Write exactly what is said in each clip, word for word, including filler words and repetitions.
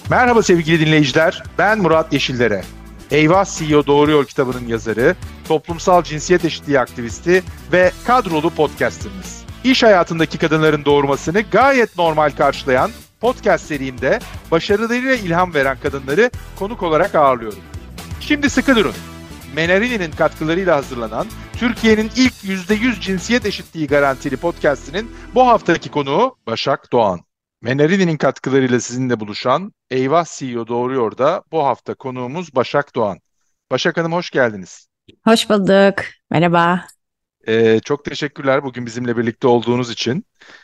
Merhaba sevgili dinleyiciler, ben Murat Yeşildere. Eyvah C E O Doğuruyor kitabının yazarı, toplumsal cinsiyet eşitliği aktivisti ve kadrolu podcasterımız. İş hayatındaki kadınların doğurmasını gayet normal karşılayan podcast serimde başarılarıyla ilham veren kadınları konuk olarak ağırlıyorum. Şimdi sıkı durun. Menarini'nin katkılarıyla hazırlanan Türkiye'nin ilk yüzde yüz cinsiyet eşitliği garantili podcastinin bu haftaki konuğu Başak Doğan. Menarini'nin katkılarıyla sizinle buluşan Eyvah C E O Doğuruyor da bu hafta konuğumuz Başak Doğan. Başak Hanım hoş geldiniz. Hoş bulduk. Merhaba. Ee, çok teşekkürler bugün bizimle birlikte olduğunuz için.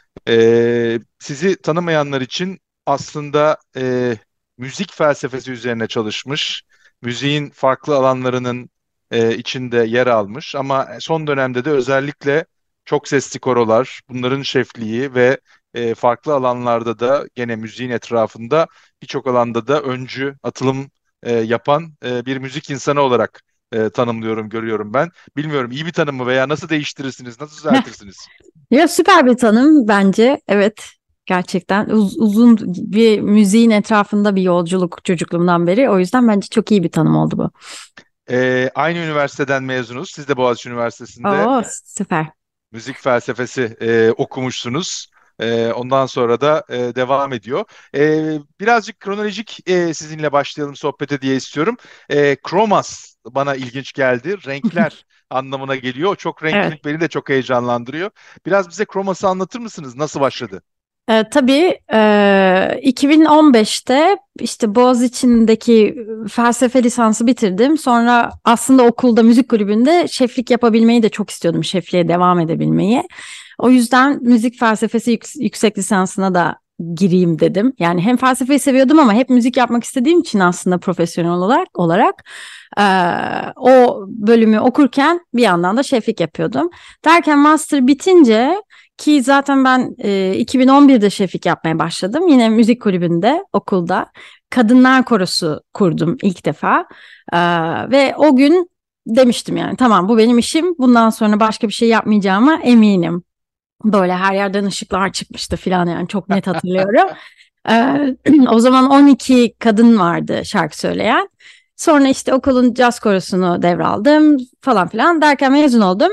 Ee, sizi tanımayanlar için aslında e, müzik felsefesi üzerine çalışmış, müziğin farklı alanlarının e, içinde yer almış ama son dönemde de özellikle çok sesli korolar, bunların şefliği ve e, farklı alanlarda da gene müziğin etrafında birçok alanda da öncü, atılım e, yapan e, bir müzik insanı olarak e, tanımlıyorum, görüyorum ben. Bilmiyorum iyi bir tanım mı veya nasıl değiştirirsiniz, nasıl düzeltirsiniz? Ya süper bir tanım bence. Evet. Gerçekten uz- uzun bir müziğin etrafında bir yolculuk çocukluğumdan beri. O yüzden bence çok iyi bir tanım oldu bu. Ee, aynı üniversiteden mezunuz. Siz de Boğaziçi Üniversitesi'nde Oo, süper. müzik felsefesi e, okumuşsunuz. E, ondan sonra da e, devam ediyor. E, birazcık kronolojik e, sizinle başlayalım sohbete diye istiyorum. E, Kromas bana ilginç geldi. Renkler anlamına geliyor. Çok Evet. renklilik beni de çok heyecanlandırıyor. Biraz bize Kromas'ı anlatır mısınız? Nasıl başladı? Ee, tabii e, iki bin on beşte işte Boğaziçi'ndeki felsefe lisansı bitirdim. Sonra aslında okulda müzik kulübünde şeflik yapabilmeyi de çok istiyordum. Şefliğe devam edebilmeyi. O yüzden müzik felsefesi yük- yüksek lisansına da gireyim dedim. Yani hem felsefeyi seviyordum ama hep müzik yapmak istediğim için aslında profesyonel olarak olarak e, o bölümü okurken bir yandan da şeflik yapıyordum. Derken master bitince ki zaten ben e, iki bin on birde şeflik yapmaya başladım. Yine müzik kulübünde, okulda. Kadınlar korosu kurdum ilk defa. Ee, ve o gün demiştim yani tamam bu benim işim. Bundan sonra başka bir şey yapmayacağıma eminim. Böyle her yerden ışıklar çıkmıştı falan yani çok net hatırlıyorum. Ee, o zaman on iki kadın vardı şarkı söyleyen. Sonra işte okulun caz korosunu devraldım falan filan derken mezun oldum.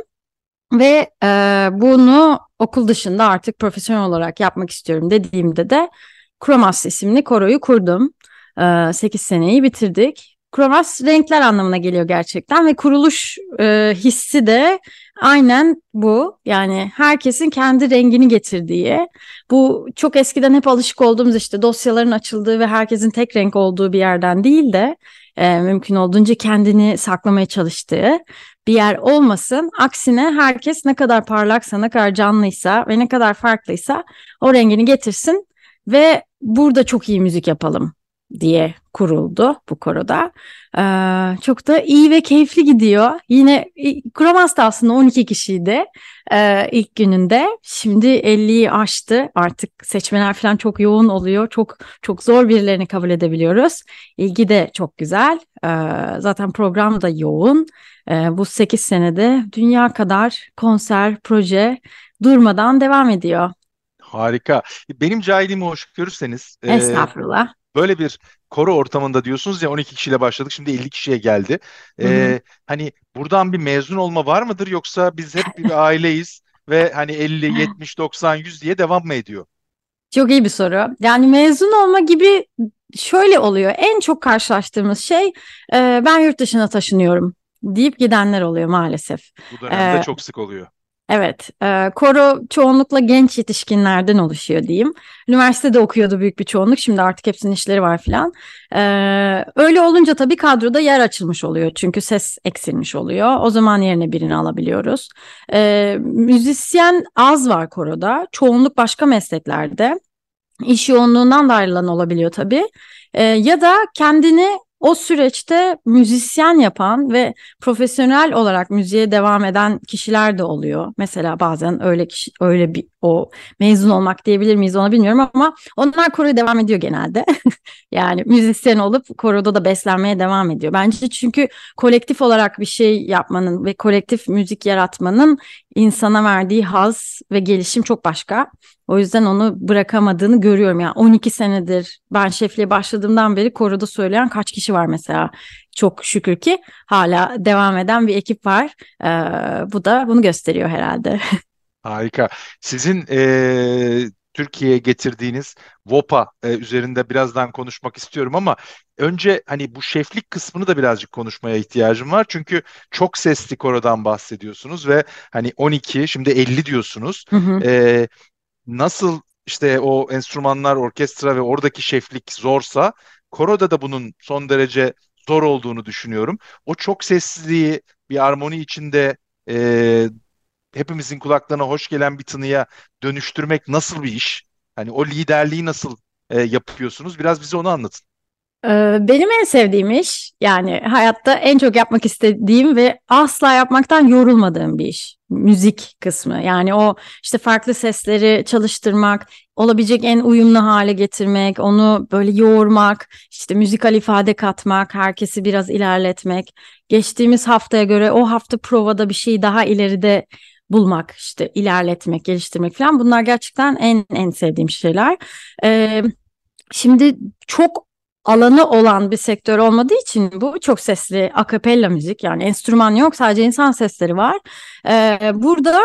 Ve e, bunu okul dışında artık profesyonel olarak yapmak istiyorum dediğimde de Kromas isimli koroyu kurdum. E, sekiz seneyi bitirdik. Kromas renkler anlamına geliyor gerçekten ve kuruluş e, hissi de aynen bu. Yani herkesin kendi rengini getirdiği, bu çok eskiden hep alışık olduğumuz işte dosyaların açıldığı ve herkesin tek renk olduğu bir yerden değil de e, mümkün olduğunca kendini saklamaya çalıştığı bir yer olmasın. Aksine herkes ne kadar parlaksa, ne kadar canlıysa ve ne kadar farklıysa o rengini getirsin ve burada çok iyi müzik yapalım diye kuruldu bu koroda. Ee, çok da iyi ve keyifli gidiyor. Yine Kromas da aslında on iki kişiydi ee, ilk gününde. Şimdi elliyi aştı. Artık seçmeler falan çok yoğun oluyor. Çok çok zor birilerini kabul edebiliyoruz. İlgi de çok güzel. Ee, zaten program da yoğun. Ee, bu sekiz senede dünya kadar konser, proje durmadan devam ediyor. Harika. Benim cahilliğimi hoş görürseniz e, Estağfurullah. böyle bir koro ortamında diyorsunuz ya on iki kişiyle başladık şimdi elli kişiye geldi. Hı hı. E, hani buradan bir mezun olma var mıdır yoksa biz hep bir aileyiz ve hani elli, yetmiş, doksan, yüz diye devam mı ediyor? Çok iyi bir soru. Yani mezun olma gibi şöyle oluyor. En çok karşılaştığımız şey e, ben yurt dışına taşınıyorum deyip gidenler oluyor maalesef. Bu dönemde E, çok sık oluyor. Evet, e, koro çoğunlukla genç yetişkinlerden oluşuyor diyeyim. Üniversitede okuyordu büyük bir çoğunluk, şimdi artık hepsinin işleri var filan. E, öyle olunca tabii kadroda yer açılmış oluyor. Çünkü ses eksilmiş oluyor. O zaman yerine birini alabiliyoruz. E, müzisyen az var koroda, çoğunluk başka mesleklerde. İş yoğunluğundan da ayrılan olabiliyor tabii. Ee, ya da kendini o süreçte müzisyen yapan ve profesyonel olarak müziğe devam eden kişiler de oluyor. Mesela bazen öyle kişi, öyle bir o mezun olmak diyebilir miyiz onu bilmiyorum ama onlar koroya devam ediyor genelde. Yani müzisyen olup koroda da beslenmeye devam ediyor. Bence çünkü kolektif olarak bir şey yapmanın ve kolektif müzik yaratmanın insana verdiği haz ve gelişim çok başka. O yüzden onu bırakamadığını görüyorum. Yani on iki senedir ben şefliğe başladığımdan beri koroda söyleyen kaç kişi var mesela. Çok şükür ki hala devam eden bir ekip var. Ee, bu da bunu gösteriyor herhalde. Harika. Sizin eee, Türkiye'ye getirdiğiniz VOPA e, üzerinde birazdan konuşmak istiyorum ama önce hani bu şeflik kısmını da birazcık konuşmaya ihtiyacım var. Çünkü çok sesli korodan bahsediyorsunuz ve hani on iki şimdi elli diyorsunuz. Hı hı. Eee, nasıl işte o enstrümanlar, orkestra ve oradaki şeflik zorsa koroda da bunun son derece zor olduğunu düşünüyorum. O çok sessizliği bir armoni içinde hepimizin kulaklarına hoş gelen bir tınıya dönüştürmek nasıl bir iş? Hani o liderliği nasıl e, yapıyorsunuz? Biraz bize onu anlatın. Ee, Benim en sevdiğim iş, yani hayatta en çok yapmak istediğim ve asla yapmaktan yorulmadığım bir iş. Müzik kısmı. Yani o işte farklı sesleri çalıştırmak, olabilecek en uyumlu hale getirmek, onu böyle yoğurmak, işte müzikal ifade katmak, herkesi biraz ilerletmek. Geçtiğimiz haftaya göre o hafta provada bir şey daha ileride bulmak, işte ilerletmek, geliştirmek falan. Bunlar gerçekten en en sevdiğim şeyler. Ee, Şimdi çok alanı olan bir sektör olmadığı için bu çok sesli akapella müzik, yani enstrüman yok, sadece insan sesleri var. Ee, burada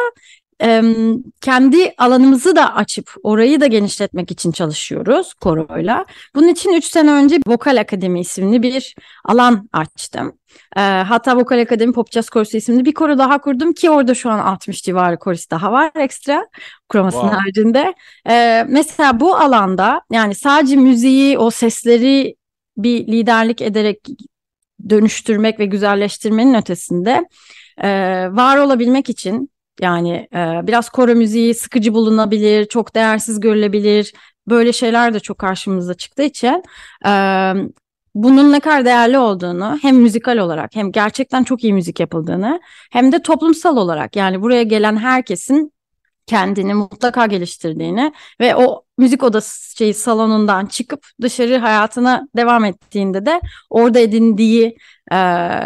em, kendi alanımızı da açıp orayı da genişletmek için çalışıyoruz koroyla. Bunun için üç sene önce Vokal Akademi isimli bir alan açtım. Ee, hatta Vokal Akademi Pop Jazz Korosu isimli bir koro daha kurdum ki orada şu an altmış civarı korist daha var ekstra kromasının Wow. haricinde. Ee, mesela bu alanda, yani sadece müziği, o sesleri bir liderlik ederek dönüştürmek ve güzelleştirmenin ötesinde e, var olabilmek için, yani e, biraz koro müziği sıkıcı bulunabilir, çok değersiz görülebilir. Böyle şeyler de çok karşımıza çıktığı için e, bunun ne kadar değerli olduğunu, hem müzikal olarak hem gerçekten çok iyi müzik yapıldığını, hem de toplumsal olarak, yani buraya gelen herkesin kendini mutlaka geliştirdiğini ve o müzik odası şeyi salonundan çıkıp dışarı hayatına devam ettiğinde de orada edindiği e,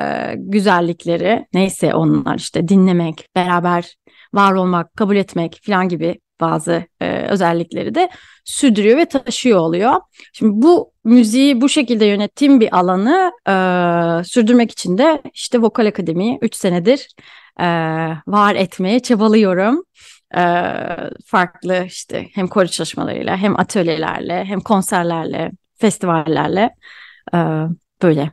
güzellikleri, neyse onlar, işte dinlemek, beraber var olmak, kabul etmek falan gibi bazı e, özellikleri de sürdürüyor ve taşıyor oluyor. Şimdi bu müziği bu şekilde yönettiğim bir alanı e, sürdürmek için de işte Vokal Akademi'yi üç senedir e, var etmeye çabalıyorum. Ee, farklı işte hem koro çalışmalarıyla, hem atölyelerle, hem konserlerle, festivallerle, ee, böyle.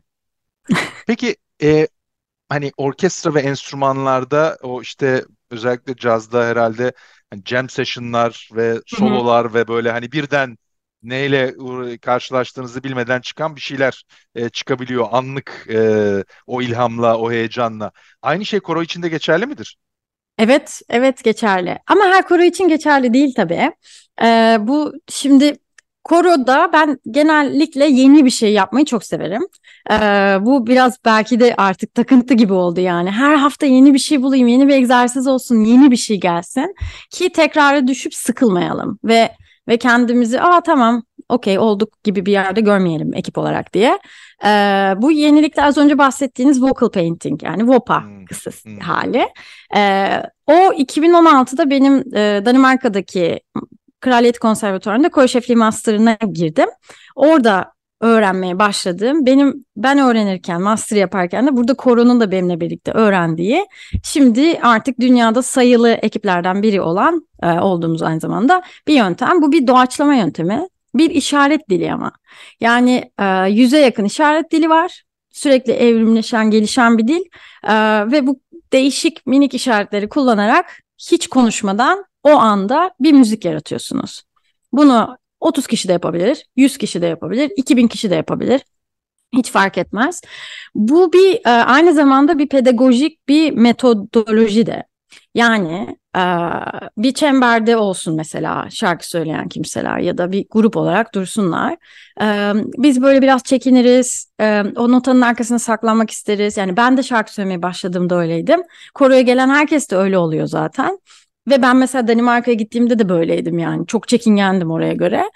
Peki e, hani orkestra ve enstrümanlarda o işte özellikle cazda herhalde hani jam session'lar ve Hı hı. sololar ve böyle hani birden neyle uğra- karşılaştığınızı bilmeden çıkan bir şeyler e, çıkabiliyor anlık e, o ilhamla, o heyecanla. Aynı şey koro için de geçerli midir? Evet, evet geçerli. Ama her koro için geçerli değil tabii. Ee, bu şimdi koroda ben genellikle yeni bir şey yapmayı çok severim. Ee, bu biraz belki de artık takıntı gibi oldu yani. Her hafta yeni bir şey bulayım, yeni bir egzersiz olsun, yeni bir şey gelsin ki tekrara düşüp sıkılmayalım ve ve kendimizi aa tamam, okey olduk gibi bir yerde görmeyelim ekip olarak diye. Ee, bu yenilikle az önce bahsettiğiniz vocal painting, yani VOPA Hmm, kısa hmm. hali. Ee, o iki bin on altıda benim e, Danimarka'daki Kraliyet Konservatuvarı'nda koro şefliği master'ına girdim. Orada öğrenmeye başladım. Benim ben öğrenirken, master yaparken de burada koronun da benimle birlikte öğrendiği, şimdi artık dünyada sayılı ekiplerden biri olan e, olduğumuz aynı zamanda bir yöntem. Bu bir doğaçlama yöntemi, bir işaret dili ama. Yani e, yüze yakın işaret dili var. Sürekli evrimleşen, gelişen bir dil. E, ve bu değişik minik işaretleri kullanarak hiç konuşmadan o anda bir müzik yaratıyorsunuz. Bunu otuz kişi de yapabilir, yüz kişi de yapabilir, iki bin kişi de yapabilir. Hiç fark etmez. Bu bir e, aynı zamanda bir pedagojik bir metodoloji de. Yani e, bir çemberde olsun mesela şarkı söyleyen kimseler ya da bir grup olarak dursunlar. E, biz böyle biraz çekiniriz, e, o notanın arkasına saklanmak isteriz. Yani ben de şarkı söylemeye başladığımda öyleydim. Koroya gelen herkes de öyle oluyor zaten. Ve ben mesela Danimarka'ya gittiğimde de böyleydim yani. Çok çekingendim oraya göre.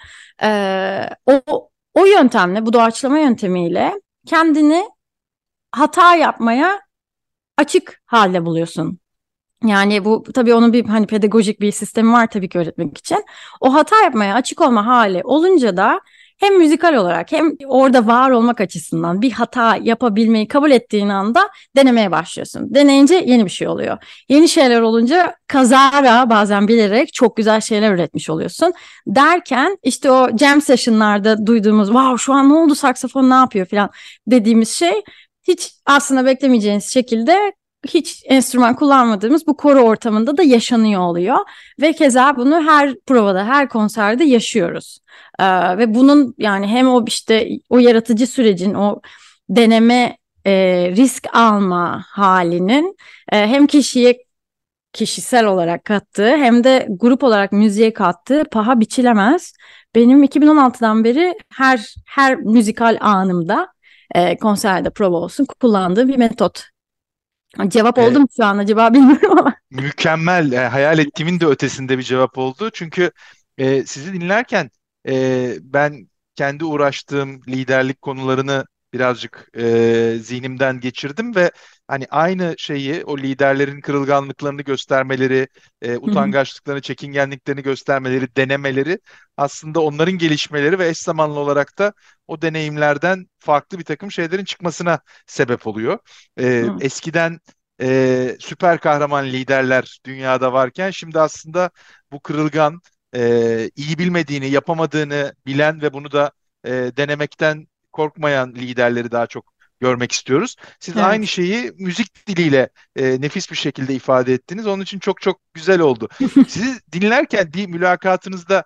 E, o o yöntemle, bu doğaçlama yöntemiyle kendini hata yapmaya açık halde buluyorsun. Yani bu tabii onun bir hani pedagojik bir sistemi var tabii ki öğretmek için. O hata yapmaya açık olma hali olunca da hem müzikal olarak hem orada var olmak açısından bir hata yapabilmeyi kabul ettiğin anda denemeye başlıyorsun. Deneyince yeni bir şey oluyor. Yeni şeyler olunca kazara bazen bilerek çok güzel şeyler üretmiş oluyorsun. Derken işte o jam session'larda duyduğumuz wow şu an ne oldu saksafon ne yapıyor falan dediğimiz şey hiç aslında beklemeyeceğiniz şekilde hiç enstrüman kullanmadığımız bu koro ortamında da yaşanıyor oluyor. Ve keza bunu her provada, her konserde yaşıyoruz. Ee, ve bunun yani hem o işte o yaratıcı sürecin, o deneme, e, risk alma halinin e, hem kişiye kişisel olarak kattığı hem de grup olarak müziğe kattığı paha biçilemez. Benim iki bin on altıdan beri her her müzikal anımda e, konserde prova olsun kullandığım bir metot. Cevap oldu E, mu şu an acaba bilmiyorum ama. Mükemmel, e, hayal ettiğimin de ötesinde bir cevap oldu. Çünkü e, sizi dinlerken e, ben kendi uğraştığım liderlik konularını birazcık e, zihnimden geçirdim ve hani aynı şeyi o liderlerin kırılganlıklarını göstermeleri, e, Hı hı. utangaçlıklarını, çekingenliklerini göstermeleri, denemeleri aslında onların gelişmeleri ve eş zamanlı olarak da o deneyimlerden farklı bir takım şeylerin çıkmasına sebep oluyor. E, Hı. eskiden e, süper kahraman liderler dünyada varken şimdi aslında bu kırılgan, e, iyi bilmediğini, yapamadığını bilen ve bunu da e, denemekten korkmayan liderleri daha çok görmek istiyoruz. Siz aynı Evet. şeyi müzik diliyle e, nefis bir şekilde ifade ettiniz. Onun için çok çok güzel oldu. Sizi dinlerken bir mülakatınızda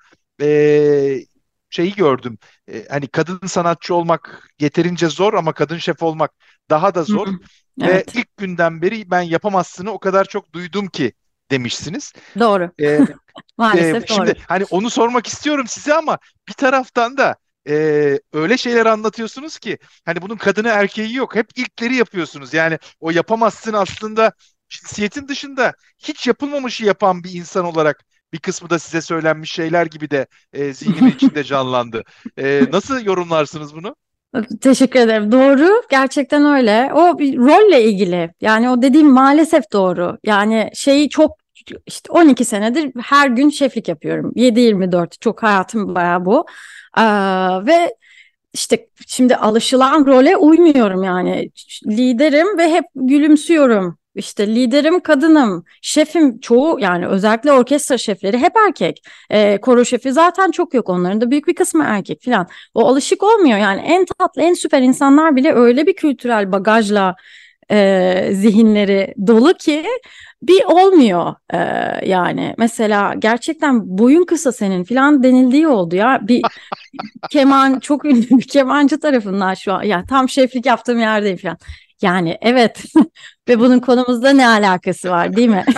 e, şeyi gördüm. E, hani kadın sanatçı olmak yeterince zor ama kadın şef olmak daha da Hı zor. hı. Ve Evet. ilk günden beri ben yapamazsını o kadar çok duydum ki demişsiniz. Doğru. Ee, e, Maalesef doğru. Şimdi hani onu sormak istiyorum size ama bir taraftan da e, öyle şeyler anlatıyorsunuz ki hani bunun kadını erkeği yok. Hep ilkleri yapıyorsunuz. Yani o yapamazsın aslında cinsiyetin dışında hiç yapılmamışı yapan bir insan olarak bir kısmı da size söylenmiş şeyler gibi de e, zihnimin içinde canlandı. E, nasıl yorumlarsınız bunu? Teşekkür ederim. Doğru. Gerçekten öyle. O bir rolle ilgili. Yani o dediğim maalesef doğru. Yani şeyi çok işte on iki senedir her gün şeflik yapıyorum. yedi yirmi dört çok hayatım bayağı bu. Aa, ve İşte şimdi alışılan role uymuyorum yani. Liderim ve hep gülümsüyorum. İşte liderim kadınım, şefim çoğu yani özellikle orkestra şefleri hep erkek. Ee, koro şefi zaten çok yok onların da büyük bir kısmı erkek falan. O alışık olmuyor yani en tatlı en süper insanlar bile öyle bir kültürel bagajla e, zihinleri dolu ki bir olmuyor e, yani. Mesela gerçekten boyun kısa senin falan denildiği oldu ya. Bir keman çok ünlü bir kemancı tarafından şu an ya tam şeflik yaptığım yerdeyim falan. Yani evet ve bunun konumuzda ne alakası var değil mi?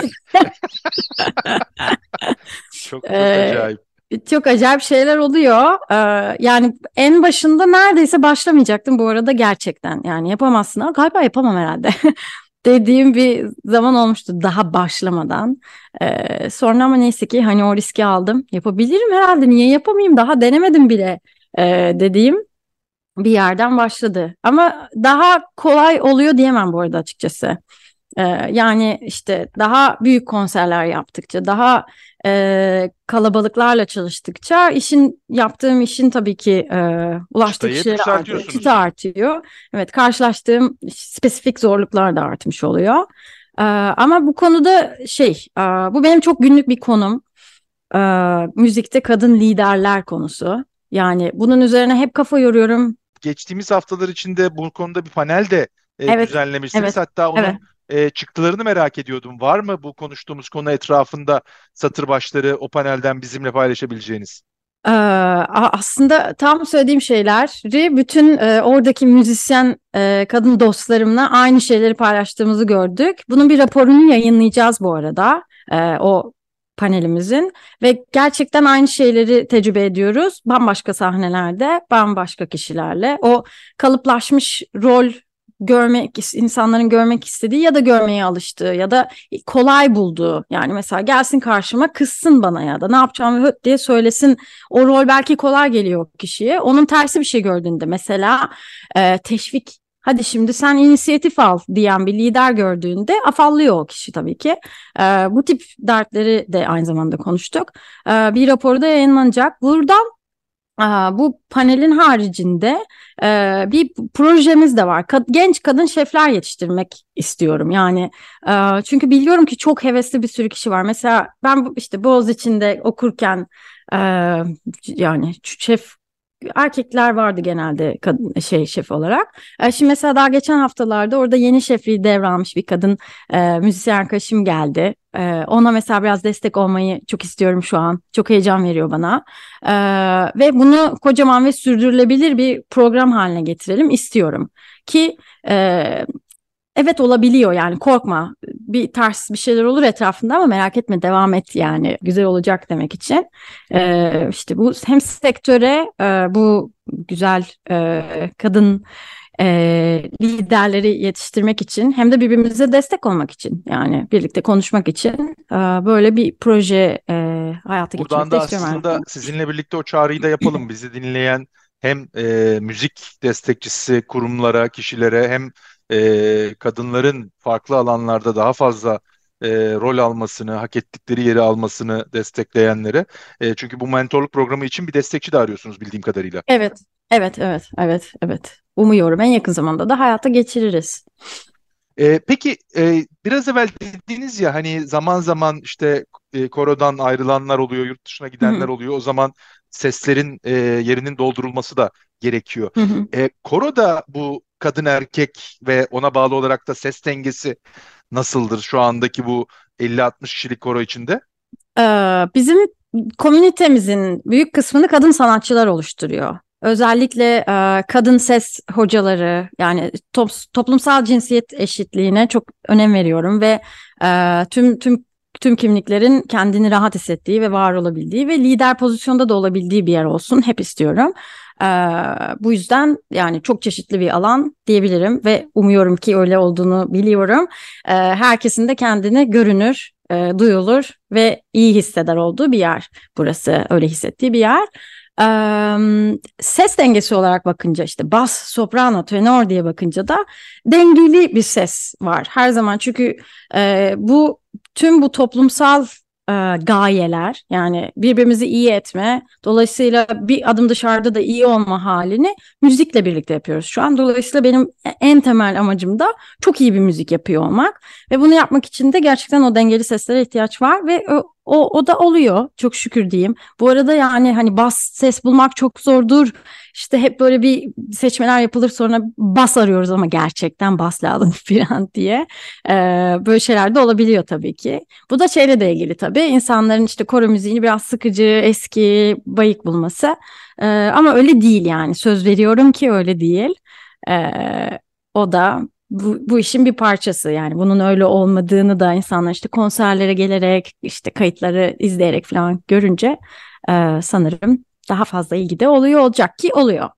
Çok çok Ee, acayip. Çok acayip şeyler oluyor. Ee, yani en başında neredeyse başlamayacaktım bu arada gerçekten. Yani yapamazsın. Aa, galiba yapamam herhalde. Dediğim bir zaman olmuştu daha başlamadan. Ee, sonra ama neyse ki hani o riski aldım. Yapabilirim herhalde. Niye yapamayayım? Daha denemedim bile ee, dediğim bir yerden başladı. Ama daha kolay oluyor diyemem bu arada açıkçası. Ee, yani işte daha büyük konserler yaptıkça, daha e, kalabalıklarla çalıştıkça işin yaptığım işin tabii ki e, ulaştığı Çıtayı kişilere artıyor, çıta yükseltiyorsunuz. artıyor. Evet, karşılaştığım spesifik zorluklar da artmış oluyor. Ee, ama bu konuda şey, e, bu benim çok günlük bir konum. Ee, müzikte kadın liderler konusu. Yani bunun üzerine hep kafa yoruyorum. Geçtiğimiz haftalar içinde bu konuda bir panel de e, Evet, düzenlemişsiniz. evet, Hatta evet. onun e, çıktılarını merak ediyordum. Var mı bu konuştuğumuz konu etrafında satır başları o panelden bizimle paylaşabileceğiniz? Ee, a- aslında tam söylediğim şeyleri bütün e, oradaki müzisyen e, kadın dostlarımla aynı şeyleri paylaştığımızı gördük. Bunun bir raporunu yayınlayacağız bu arada e, o panelimizin ve gerçekten aynı şeyleri tecrübe ediyoruz. Bambaşka sahnelerde, bambaşka kişilerle. O kalıplaşmış rol görmek, insanların görmek istediği ya da görmeye alıştığı ya da kolay bulduğu. Yani mesela gelsin karşıma kızsın bana ya da ne yapacağımı höt diye söylesin, o rol belki kolay geliyor kişiye. Onun tersi bir şey gördüğünde mesela e, teşvik hadi şimdi sen inisiyatif al diyen bir lider gördüğünde afallıyor o kişi tabii ki. Ee, bu tip dertleri de aynı zamanda konuştuk. Ee, bir raporda yayınlanacak. Buradan Aa, bu panelin haricinde e, bir projemiz de var. Kad- genç kadın şefler yetiştirmek istiyorum. Yani e, çünkü biliyorum ki çok hevesli bir sürü kişi var. Mesela ben bu- işte Boğaziçi'nde okurken e, yani şef erkekler vardı genelde kadın şey şef olarak. E, şimdi mesela daha geçen haftalarda orada yeni şefliği devralmış bir kadın e, müzisyen arkadaşım geldi. E, ona mesela biraz destek olmayı çok istiyorum şu an. Çok heyecan veriyor bana. Ee, ve bunu kocaman ve sürdürülebilir bir program haline getirelim istiyorum. Ki e, evet olabiliyor yani korkma. Bir ters bir şeyler olur etrafında ama merak etme devam et yani güzel olacak demek için. Ee, işte bu hem sektöre e, bu güzel e, kadın e, liderleri yetiştirmek için hem de birbirimize destek olmak için yani birlikte konuşmak için e, böyle bir proje e, hayata Buradan geçirmek de da istiyorum her aslında zaman. sizinle birlikte o çağrıyı da yapalım. Bizi dinleyen hem e, müzik destekçisi kurumlara, kişilere hem e, kadınların farklı alanlarda daha fazla e, rol almasını, hak ettikleri yeri almasını destekleyenlere. E, çünkü bu mentorluk programı için bir destekçi de arıyorsunuz bildiğim kadarıyla. Evet, evet, evet, evet, evet. Umuyorum en yakın zamanda da hayata geçiririz. E, peki e, biraz evvel dediniz ya hani zaman zaman işte e, korodan ayrılanlar oluyor, yurt dışına Hı gidenler hı, oluyor. O zaman seslerin e, yerinin doldurulması da gerekiyor. hı hı. E, koroda bu kadın erkek ve ona bağlı olarak da ses dengesi nasıldır şu andaki bu elli altmış kişilik koro içinde? Ee, bizim komünitemizin büyük kısmını kadın sanatçılar oluşturuyor. Özellikle e, kadın ses hocaları yani top- toplumsal cinsiyet eşitliğine çok önem veriyorum ve e, tüm tüm tüm kimliklerin kendini rahat hissettiği ve var olabildiği ve lider pozisyonda da olabildiği bir yer olsun hep istiyorum. Ee, bu yüzden yani çok çeşitli bir alan diyebilirim ve umuyorum ki öyle olduğunu biliyorum. Ee, herkesin de kendini görünür, e, duyulur ve iyi hisseder olduğu bir yer burası. Öyle hissettiği bir yer. Ee, ses dengesi olarak bakınca işte bas, soprano, tenor diye bakınca da dengeli bir ses var her zaman. Çünkü e, bu tüm bu toplumsal e, gayeler yani birbirimizi iyi etme, dolayısıyla bir adım dışarıda da iyi olma halini müzikle birlikte yapıyoruz şu an. Dolayısıyla benim en temel amacım da çok iyi bir müzik yapıyor olmak. Ve bunu yapmak için de gerçekten o dengeli seslere ihtiyaç var ve o, o, o da oluyor çok şükür diyeyim. Bu arada yani hani bas ses bulmak çok zordur. İşte hep böyle bir seçmeler yapılır sonra bas arıyoruz ama gerçekten bas lazım falan diye. Ee, böyle şeyler de olabiliyor tabii ki. Bu da şeyle de ilgili tabii. İnsanların işte koro müziğini biraz sıkıcı, eski, bayık bulması. Ee, ama öyle değil yani. Söz veriyorum ki öyle değil. Ee, o da bu, bu işin bir parçası yani bunun öyle olmadığını da insanlar işte konserlere gelerek işte kayıtları izleyerek falan görünce e, sanırım daha fazla ilgi de oluyor olacak ki oluyor.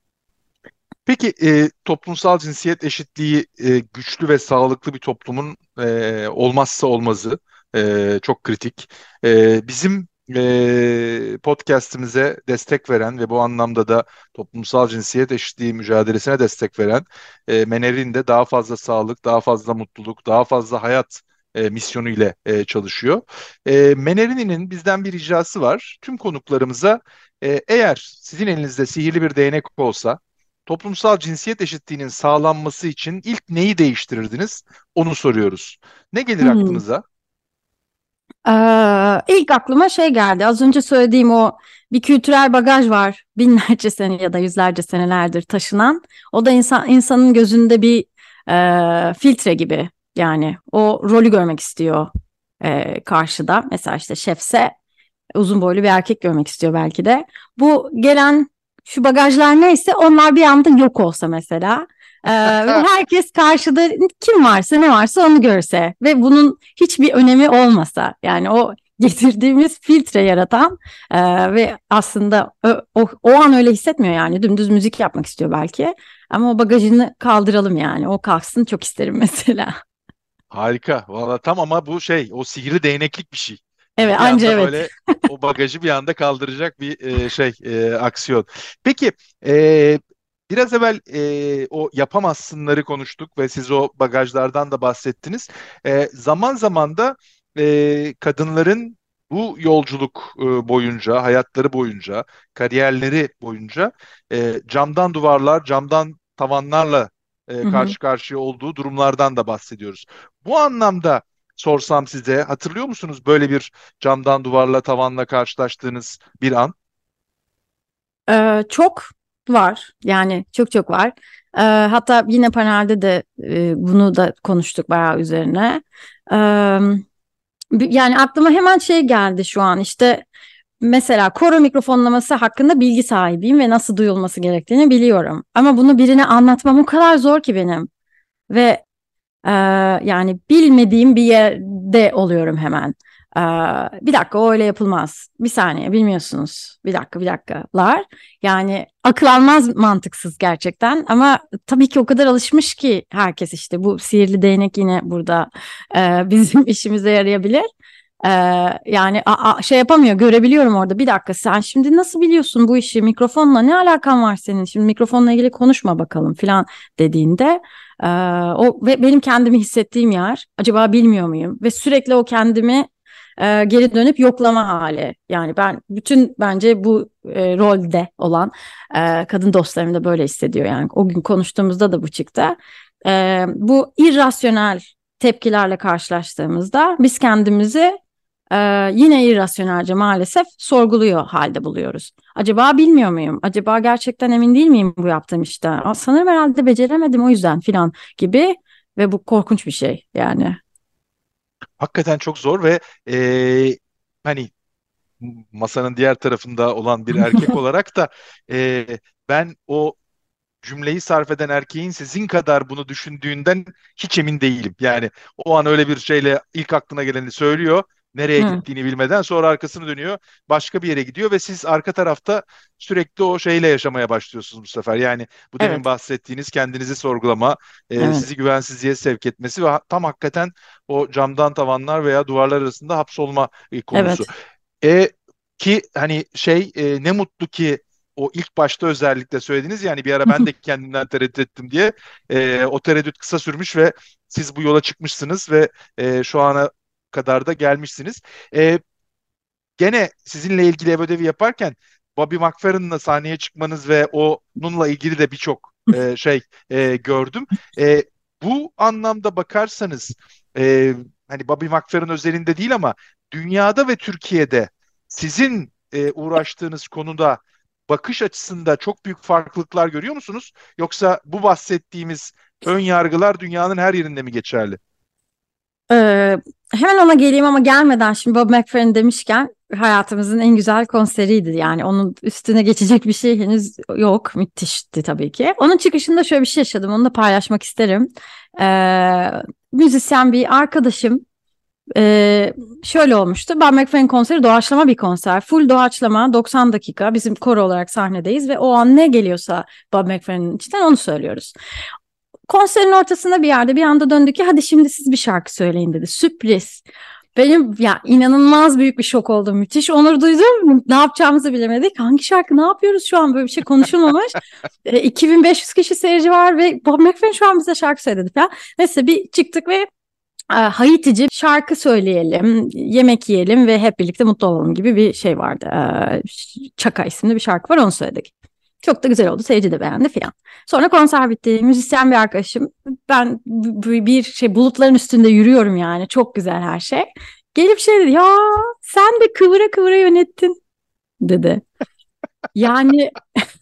Peki e, toplumsal cinsiyet eşitliği e, güçlü ve sağlıklı bir toplumun e, olmazsa olmazı, e, çok kritik. E, bizim e, podcast'imize destek veren ve bu anlamda da toplumsal cinsiyet eşitliği mücadelesine destek veren e, Mener'in de daha fazla sağlık, daha fazla mutluluk, daha fazla hayat e, misyonu ile e, çalışıyor. E, Menerin'in bizden bir ricası var. Tüm konuklarımıza e, eğer sizin elinizde sihirli bir değnek olsa toplumsal cinsiyet eşitliğinin sağlanması için ilk neyi değiştirirdiniz? Onu soruyoruz. Ne gelir Hmm. aklınıza? Ee, ilk aklıma şey geldi. Az önce söylediğim o bir kültürel bagaj var. Binlerce sene ya da yüzlerce senelerdir taşınan. O da insan insanın gözünde bir e, filtre gibi. Yani o rolü görmek istiyor e, karşıda. Mesela işte şefse uzun boylu bir erkek görmek istiyor belki de. Bu gelen şu bagajlar neyse onlar bir anda yok olsa mesela. Ee, ve herkes karşıda kim varsa ne varsa onu görse ve bunun hiçbir önemi olmasa yani o getirdiğimiz filtre yaratan e, ve aslında o, o, o an öyle hissetmiyor yani dümdüz müzik yapmak istiyor belki ama o bagajını kaldıralım yani o kalksın çok isterim mesela. Harika. Valla tam ama bu şey, o sihirli değneklik bir şey. Yani Evet bir anca anda evet. böyle o bagajı bir anda kaldıracak bir e, şey, e, aksiyon. Peki, e, Biraz evvel e, o yapamazsınları konuştuk ve siz o bagajlardan da bahsettiniz. E, zaman zaman da e, kadınların bu yolculuk e, boyunca, hayatları boyunca, kariyerleri boyunca e, camdan duvarlar, camdan tavanlarla e, Hı hı. karşı karşıya olduğu durumlardan da bahsediyoruz. Bu anlamda sorsam size, hatırlıyor musunuz böyle bir camdan duvarla, tavanla karşılaştığınız bir an? Ee, çok var yani çok çok var. Ee, hatta yine panelde de e, bunu da konuştuk bayağı üzerine. Ee, Yani aklıma hemen şey geldi şu an işte mesela koro mikrofonlaması hakkında bilgi sahibiyim ve nasıl duyulması gerektiğini biliyorum. Ama bunu birine anlatmam o kadar zor ki benim ve ee, yani bilmediğim bir yerde oluyorum hemen. Ee, Bir dakika o öyle yapılmaz. Bir saniye bilmiyorsunuz. Bir dakika bir dakikalar. Yani akıl almaz mantıksız gerçekten. Ama tabii ki o kadar alışmış ki herkes işte bu sihirli değnek yine burada e, bizim işimize yarayabilir. Ee, Yani a- a- şey yapamıyor görebiliyorum orada bir dakika sen şimdi nasıl biliyorsun bu işi mikrofonla ne alakan var senin şimdi mikrofonla ilgili konuşma bakalım filan dediğinde ee, o ve benim kendimi hissettiğim yer acaba bilmiyor muyum ve sürekli o kendimi e, geri dönüp yoklama hali yani ben bütün bence bu e, rolde olan e, kadın dostlarım da böyle hissediyor yani o gün konuştuğumuzda da bu çıktı. Ee, bu irrasyonel tepkilerle karşılaştığımızda biz kendimizi ee, yine irrasyonelce maalesef sorguluyor halde buluyoruz. Acaba bilmiyor muyum? Acaba gerçekten emin değil miyim bu yaptığım işte? Aa, sanırım herhalde beceremedim o yüzden filan gibi ve bu korkunç bir şey yani. Hakikaten çok zor ve e, hani masanın diğer tarafında olan bir erkek olarak da e, ben o cümleyi sarf eden erkeğin sizin kadar bunu düşündüğünden hiç emin değilim. Yani o an öyle bir şeyle ilk aklına geleni söylüyor. Nereye Hı, gittiğini bilmeden sonra arkasını dönüyor. Başka bir yere gidiyor ve siz arka tarafta sürekli o şeyle yaşamaya başlıyorsunuz bu sefer. Yani bu demin evet, bahsettiğiniz kendinizi sorgulama, e, evet, sizi güvensizliğe sevk etmesi ve ha- tam hakikaten o camdan tavanlar veya duvarlar arasında hapsolma e, konusu. evet. E, Ki hani şey e, ne mutlu ki o ilk başta özellikle söylediniz yani bir ara ben de kendimden tereddüt ettim diye. E, o tereddüt kısa sürmüş ve siz bu yola çıkmışsınız ve e, şu ana kadar da gelmişsiniz. E, Gene sizinle ilgili ev ödevi yaparken Bobby McFerrin'la sahneye çıkmanız ve onunla ilgili de birçok e, şey e, gördüm. E, Bu anlamda bakarsanız e, hani Bobby McFerrin özelinde değil ama dünyada ve Türkiye'de sizin e, uğraştığınız konuda bakış açısında çok büyük farklılıklar görüyor musunuz? Yoksa bu bahsettiğimiz ön yargılar dünyanın her yerinde mi geçerli? Ee, Hemen ona geleyim ama gelmeden şimdi Bob McFerrin demişken hayatımızın en güzel konseriydi. Yani onun üstüne geçecek bir şey henüz yok. Müthişti tabii ki. Onun çıkışında şöyle bir şey yaşadım. Onu da paylaşmak isterim. Ee, Müzisyen bir arkadaşım ee, şöyle olmuştu. Bob McFerrin konseri doğaçlama bir konser. Full doğaçlama doksan dakika. Bizim koro olarak sahnedeyiz ve o an ne geliyorsa Bob McFerrin'in içinden onu söylüyoruz. Konserin ortasında bir yerde bir anda döndü ki hadi şimdi siz bir şarkı söyleyin dedi. Sürpriz. Benim ya inanılmaz büyük bir şok oldum. Müthiş onur duydum. Ne yapacağımızı bilemedik. Hangi şarkı ne yapıyoruz şu an böyle bir şey konuşulmamış. E, iki bin beş yüz kişi seyirci var ve Bob McFerrin şu an bize şarkı söyledi falan. Neyse bir çıktık ve e, Haitici şarkı söyleyelim, yemek yiyelim ve hep birlikte mutlu olalım gibi bir şey vardı. E, Çaka isimli bir şarkı var onu söyledik. Çok da güzel oldu. Seyirci de beğendi filan. Sonra konser bitti. Müzisyen bir arkadaşım. Ben bir şey bulutların üstünde yürüyorum yani. Çok güzel her şey. Gelip şey dedi. Ya sen de kıvıra kıvıra yönettin dedi. Yani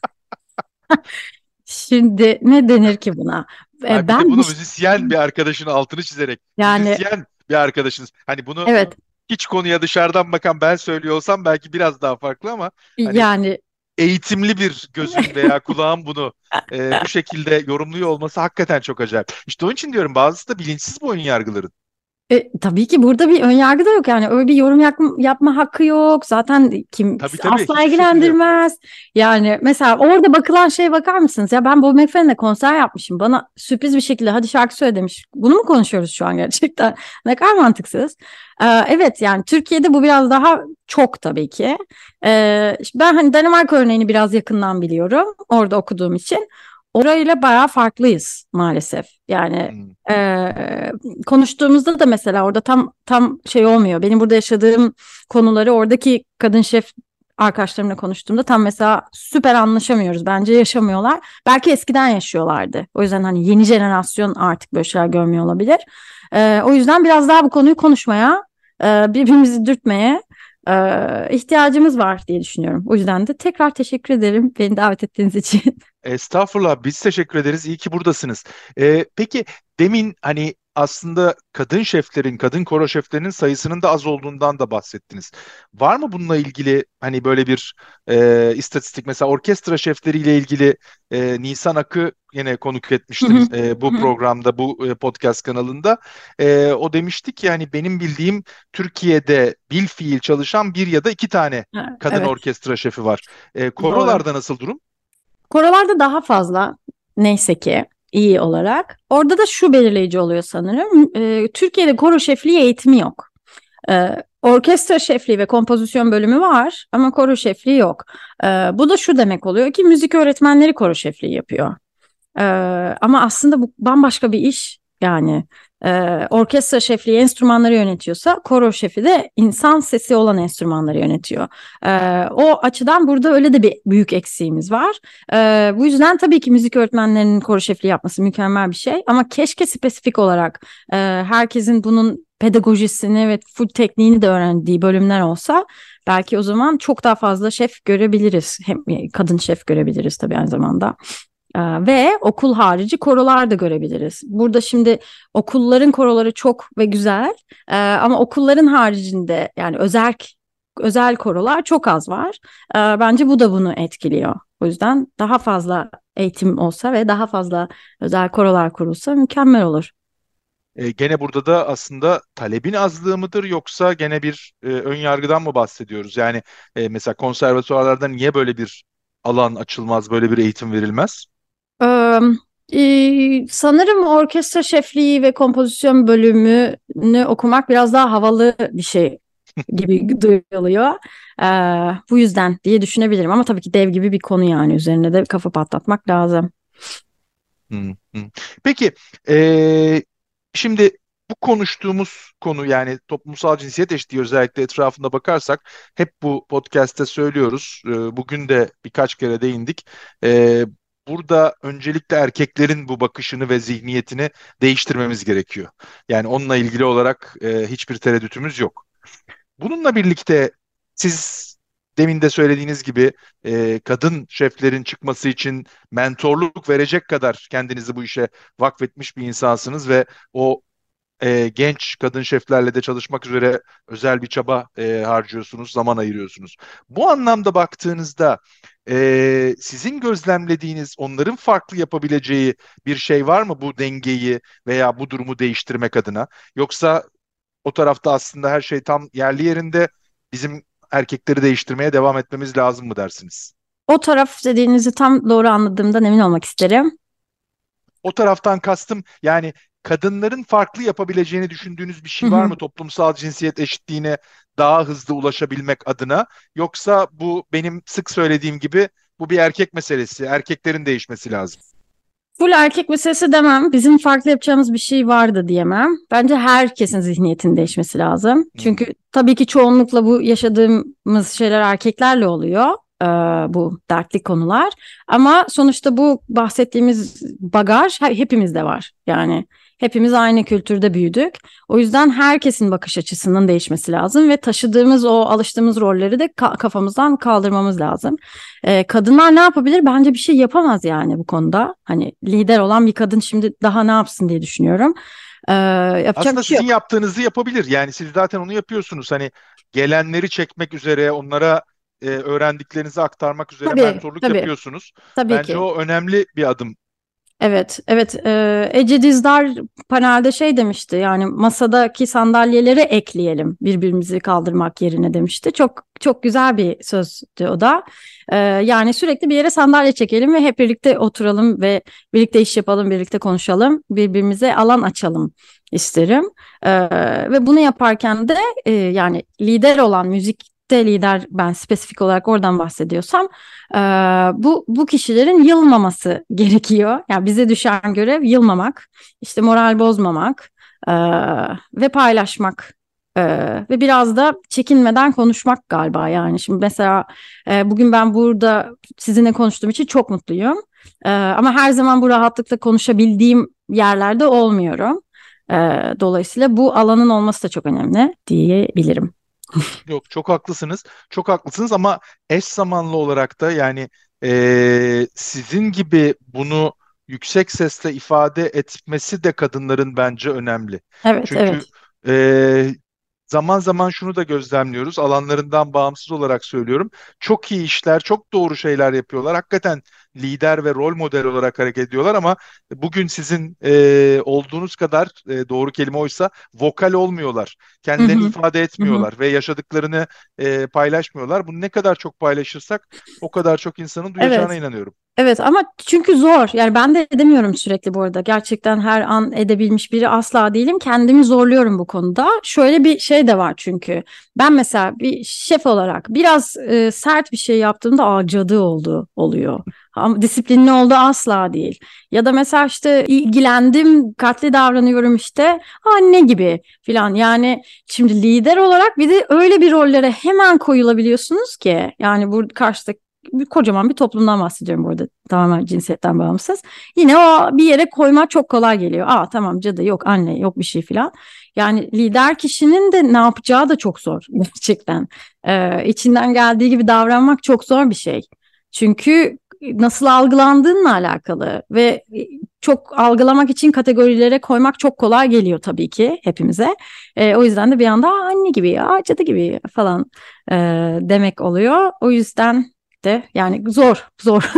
şimdi ne denir ki buna? Ha, E, bir de Ben bunu bir- müzisyen bir arkadaşın altını çizerek yani müzisyen bir arkadaşınız. Hani bunu evet hiç konuya dışarıdan bakan ben söylüyor olsam belki biraz daha farklı ama hani yani eğitimli bir gözün veya kulağın bunu e, bu şekilde yorumluyor olması hakikaten çok acayip. İşte onun için diyorum bazısı da bilinçsiz bu oyun yargıların. E, tabii ki burada bir önyargı da yok yani öyle bir yorum yapma, yapma hakkı yok zaten kim Tabii tabii asla hiçbir şekilde yok. ilgilendirmez yani mesela orada bakılan şeye bakar mısınız ya ben Bob McFerrin'le konser yapmışım bana sürpriz bir şekilde hadi şarkı söyle demiş bunu mu konuşuyoruz şu an gerçekten ne kadar mantıksız. Ee, evet yani Türkiye'de bu biraz daha çok tabii ki. Ee, ben hani Danimarka örneğini biraz yakından biliyorum orada okuduğum için. orayla bayağı farklıyız maalesef. Yani Hmm. e, konuştuğumuzda da mesela orada tam tam şey olmuyor. Benim burada yaşadığım konuları oradaki kadın şef arkadaşlarımla konuştuğumda tam mesela süper anlaşamıyoruz. Bence yaşamıyorlar. Belki eskiden yaşıyorlardı. O yüzden hani yeni jenerasyon artık böyle şeyler görmüyor olabilir. E, o yüzden biraz daha bu konuyu konuşmaya, e, birbirimizi dürtmeye e, ihtiyacımız var diye düşünüyorum. O yüzden de tekrar teşekkür ederim beni davet ettiğiniz için. Estağfurullah, biz teşekkür ederiz. İyi ki buradasınız. Ee, peki demin hani aslında kadın şeflerin, kadın koro şeflerinin sayısının da az olduğundan da bahsettiniz. Var mı bununla ilgili hani böyle bir e, istatistik? Mesela orkestra şefleriyle ilgili e, Nisan Ak'ı yine konuk Hı hı, etmiştim e, hı bu hı. programda, bu e, podcast kanalında. E, o demişti ki yani benim bildiğim Türkiye'de bil fiil çalışan bir ya da iki tane Ha, kadın evet, orkestra şefi var. E, doğru. korolarda nasıl durum? Korolarda daha fazla neyse ki iyi olarak. Orada da şu belirleyici oluyor sanırım. Ee, Türkiye'de koro şefliği eğitimi yok. Ee, orkestra şefliği ve kompozisyon bölümü var ama koro şefliği yok. Ee, bu da şu demek oluyor ki müzik öğretmenleri koro şefliği yapıyor. Ee, ama aslında bu bambaşka bir iş. Yani e, orkestra şefliği enstrümanları yönetiyorsa koro şefi de insan sesi olan enstrümanları yönetiyor. Ee, o açıdan burada öyle de bir büyük eksiğimiz var. Ee, bu yüzden tabii ki müzik öğretmenlerinin koro şefliği yapması mükemmel bir şey. Ama keşke spesifik olarak e, herkesin bunun pedagojisini ve full tekniğini de öğrendiği bölümler olsa belki o zaman çok daha fazla şef görebiliriz. Hem kadın şef görebiliriz tabii aynı zamanda. Ee, ve okul harici korolar da görebiliriz. Burada şimdi okulların koroları çok ve güzel, Ee, ama okulların haricinde yani özel özel korolar çok az var. Ee, bence bu da bunu etkiliyor. O yüzden daha fazla eğitim olsa ve daha fazla özel korolar kurulsa mükemmel olur. E, gene burada da aslında talebin azlığı mıdır yoksa gene bir e, ön yargıdan mı bahsediyoruz? Yani e, mesela konservatuvarlarda niye böyle bir alan açılmaz, böyle bir eğitim verilmez? Ee, e, sanırım orkestra şefliği ve kompozisyon bölümünü okumak biraz daha havalı bir şey gibi duyuluyor. Ee, bu yüzden diye düşünebilirim ama tabii ki dev gibi bir konu yani üzerine de kafa patlatmak lazım. Hı, hı. Peki, e, şimdi bu konuştuğumuz konu yani toplumsal cinsiyet eşitliği özellikle etrafında bakarsak hep bu podcast'te söylüyoruz. E, bugün de birkaç kere değindik. E, burada öncelikle erkeklerin bu bakışını ve zihniyetini değiştirmemiz gerekiyor. Yani onunla ilgili olarak e, hiçbir tereddütümüz yok. Bununla birlikte siz demin de söylediğiniz gibi e, kadın şeflerin çıkması için mentorluk verecek kadar kendinizi bu işe vakfetmiş bir insansınız ve o e, genç kadın şeflerle de çalışmak üzere özel bir çaba e, harcıyorsunuz, zaman ayırıyorsunuz. Bu anlamda baktığınızda e, sizin gözlemlediğiniz, onların farklı yapabileceği bir şey var mı bu dengeyi veya bu durumu değiştirmek adına? Yoksa o tarafta aslında her şey tam yerli yerinde. Bizim erkekleri değiştirmeye devam etmemiz lazım mı dersiniz? O taraf dediğinizi tam doğru anladığımdan emin olmak isterim. O taraftan kastım yani kadınların farklı yapabileceğini düşündüğünüz bir Hı şey var hı. mı toplumsal cinsiyet eşitliğine daha hızlı ulaşabilmek adına? Yoksa bu benim sık söylediğim gibi bu bir erkek meselesi. Erkeklerin değişmesi lazım. Full erkek meselesi demem. Bizim farklı yapacağımız bir şey vardı diyemem. Bence herkesin zihniyetinin değişmesi lazım. Hmm. Çünkü tabii ki çoğunlukla bu yaşadığımız şeyler erkeklerle oluyor. Ee, bu dertli konular. Ama sonuçta bu bahsettiğimiz bagaj he- hepimizde var. Yani hepimiz aynı kültürde büyüdük. O yüzden herkesin bakış açısının değişmesi lazım ve taşıdığımız o alıştığımız rolleri de ka- kafamızdan kaldırmamız lazım. Ee, kadınlar ne yapabilir? Bence bir şey yapamaz yani bu konuda. Hani lider olan bir kadın şimdi daha ne yapsın diye düşünüyorum. Ee, yapacak bir Aslında şey sizin yok. yaptığınızı yapabilir. Yani siz zaten onu yapıyorsunuz. Hani gelenleri çekmek üzere, onlara e, öğrendiklerinizi aktarmak üzere Tabii, mentorluk tabii, yapıyorsunuz. tabii Bence ki. o önemli bir adım. Evet, evet. Ee, Ece Dizdar panelde şey demişti. Yani masadaki sandalyeleri ekleyelim birbirimizi kaldırmak yerine demişti. Çok çok güzel bir sözdü o da. Ee, yani sürekli bir yere sandalye çekelim ve hep birlikte oturalım ve birlikte iş yapalım, birlikte konuşalım, birbirimize alan açalım isterim. Ee, ve bunu yaparken de e, yani lider olan müzik de lider, ben spesifik olarak oradan bahsediyorsam e, bu bu kişilerin yılmaması gerekiyor. Yani bize düşen görev yılmamak, işte moral bozmamak e, ve paylaşmak. Ee, ve biraz da çekinmeden konuşmak galiba. Yani şimdi mesela e, bugün ben burada sizinle konuştuğum için çok mutluyum. Ee, ama her zaman bu rahatlıkla konuşabildiğim yerlerde olmuyorum. Ee, dolayısıyla bu alanın olması da çok önemli diyebilirim. Yok, çok haklısınız. Çok haklısınız ama eş zamanlı olarak da yani eee, sizin gibi bunu yüksek sesle ifade etmesi de kadınların bence önemli. Evet, Çünkü evet. eee, zaman zaman şunu da gözlemliyoruz. Alanlarından bağımsız olarak söylüyorum. Çok iyi işler, çok doğru şeyler yapıyorlar. Hakikaten lider ve rol model olarak hareket ediyorlar ama bugün sizin eee, olduğunuz kadar eee, doğru kelime oysa vokal olmuyorlar. Hı Kendilerini hı, ifade hı hı. etmiyorlar ve yaşadıklarını e, paylaşmıyorlar. Bunu ne kadar çok paylaşırsak o kadar çok insanın duyacağına Evet. inanıyorum. Evet ama çünkü zor. Yani ben de edemiyorum sürekli bu arada. Gerçekten her an edebilmiş biri asla değilim. Kendimi zorluyorum bu konuda. Şöyle bir şey de var çünkü. Ben mesela bir şef olarak biraz e, sert bir şey yaptığımda aa cadı oldu oluyor. Ama disiplinli oldu asla değil. Ya da mesela işte ilgilendim, dikkatli davranıyorum işte anne gibi filan. Yani şimdi lider olarak bir de öyle bir rollere hemen koyulabiliyorsunuz ki yani bu karşıdaki bir, kocaman bir toplumdan bahsediyorum burada, tamamen cinsiyetten bağımsız. Yine o bir yere koyma çok kolay geliyor. Aa tamam cadı yok, anne yok, bir şey filan. Yani lider kişinin de ne yapacağı da çok zor gerçekten. Ee, içinden geldiği gibi davranmak çok zor bir şey. Çünkü nasıl algılandığınla alakalı ve çok algılamak için kategorilere koymak çok kolay geliyor tabii ki hepimize. Ee, o yüzden de bir anda "Aa, anne gibi ya, cadı gibi falan e, demek oluyor. O yüzden de yani zor, zor.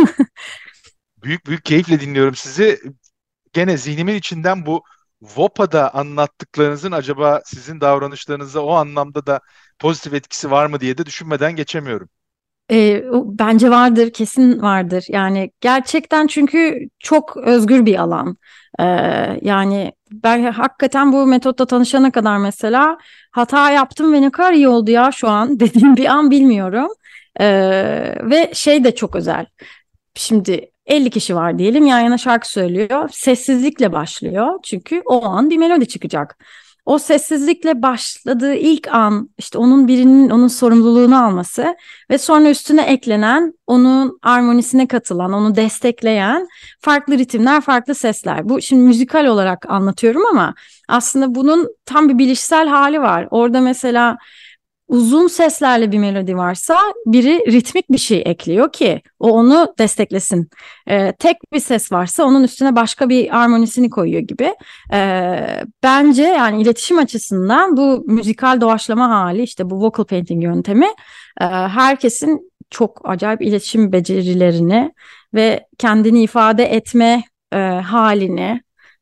Büyük büyük keyifle dinliyorum sizi. Gene zihnimin içinden bu VOPA'da anlattıklarınızın acaba sizin davranışlarınıza o anlamda da pozitif etkisi var mı diye de düşünmeden geçemiyorum. E, o- bence vardır, kesin vardır. Yani gerçekten çünkü çok özgür bir alan. E, yani ben hakikaten bu metotla tanışana kadar mesela hata yaptım ve ne kadar iyi oldu ya şu an dediğim bir an bilmiyorum. E, ve şey de çok özel. Şimdi elli kişi var diyelim, yan yana şarkı söylüyor. Sessizlikle başlıyor çünkü o an bir melodi çıkacak. O sessizlikle başladığı ilk an işte onun birinin onun sorumluluğunu alması ve sonra üstüne eklenen, onun armonisine katılan, onu destekleyen farklı ritimler, farklı sesler. Bu şimdi müzikal olarak anlatıyorum ama aslında bunun tam bir bilişsel hali var. Orada mesela uzun seslerle bir melodi varsa biri ritmik bir şey ekliyor ki o onu desteklesin. Ee, tek bir ses varsa onun üstüne başka bir armonisini koyuyor gibi. Ee, bence yani iletişim açısından bu müzikal doğaçlama hali, işte bu vocal painting yöntemi e, herkesin çok acayip iletişim becerilerini ve kendini ifade etme e, halini,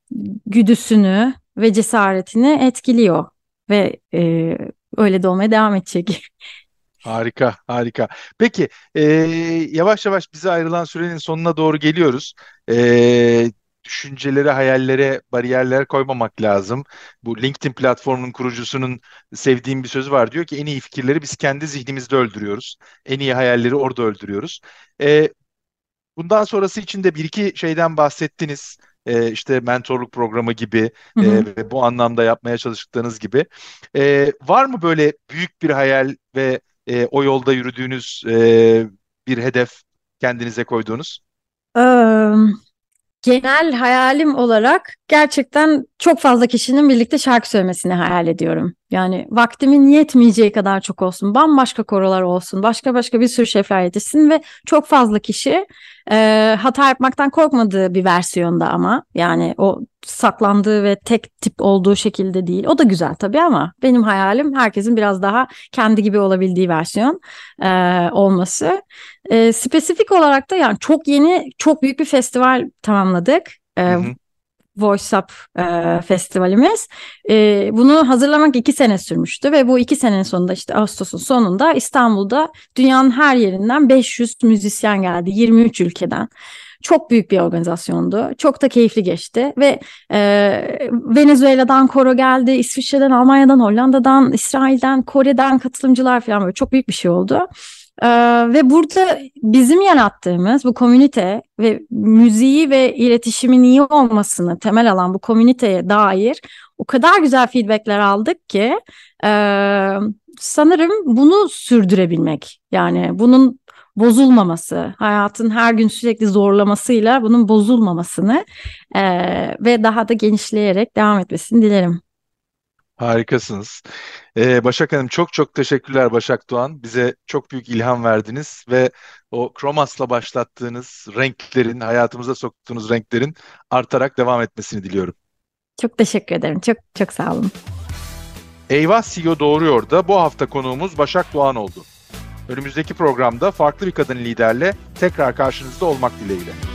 güdüsünü ve cesaretini etkiliyor ve e, öyle de olmaya devam edecek. Harika, harika. Peki, e, yavaş yavaş bize ayrılan sürenin sonuna doğru geliyoruz. E, düşüncelere, hayallere bariyerler koymamak lazım. Bu LinkedIn platformunun kurucusunun sevdiğim bir sözü var. Diyor ki en iyi fikirleri biz kendi zihnimizde öldürüyoruz. En iyi hayalleri orada öldürüyoruz. E, bundan sonrası için de bir iki şeyden bahsettiniz. E, işte mentorluk programı gibi Hı e, hı. ve bu anlamda yapmaya çalıştıklarınız gibi. E, var mı böyle büyük bir hayal ve e, o yolda yürüdüğünüz e, bir hedef kendinize koyduğunuz? Eee, Genel hayalim olarak gerçekten çok fazla kişinin birlikte şarkı söylemesini hayal ediyorum. Yani vaktimin yetmeyeceği kadar çok olsun, bambaşka korolar olsun, başka başka bir sürü şefler yetişsin ve çok fazla kişi e, hata yapmaktan korkmadığı bir versiyonda, ama yani o saklandığı ve tek tip olduğu şekilde değil. O da güzel tabii ama benim hayalim herkesin biraz daha kendi gibi olabildiği versiyon e, olması. E, spesifik olarak da yani çok yeni, çok büyük bir festival tamamladık. Hı E, hı. Voice Up e, festivalimiz. E, bunu hazırlamak iki sene sürmüştü ve bu iki senenin sonunda, işte Ağustos'un sonunda İstanbul'da dünyanın her yerinden beş yüz müzisyen geldi, yirmi üç ülkeden. Çok büyük bir organizasyondu. Çok da keyifli geçti ve e, Venezuela'dan koro geldi, İsviçre'den, Almanya'dan, Hollanda'dan, İsrail'den, Kore'den katılımcılar falan, böyle çok büyük bir şey oldu. Ee, ve burada bizim yarattığımız bu komünite ve müziği ve iletişimin iyi olmasını temel alan bu komüniteye dair o kadar güzel feedbackler aldık ki e, sanırım bunu sürdürebilmek, yani bunun bozulmaması, hayatın her gün sürekli zorlamasıyla bunun bozulmamasını e, ve daha da genişleyerek devam etmesini dilerim. Harikasınız. Ee, Başak Hanım, çok çok teşekkürler Başak Doğan. Bize çok büyük ilham verdiniz ve o Kromas'la başlattığınız renklerin, hayatımıza soktuğunuz renklerin artarak devam etmesini diliyorum. Çok teşekkür ederim. Çok çok sağ olun. Eyvah C E O Doğruyor da bu hafta konuğumuz Başak Doğan oldu. Önümüzdeki programda farklı bir kadın liderle tekrar karşınızda olmak dileğiyle.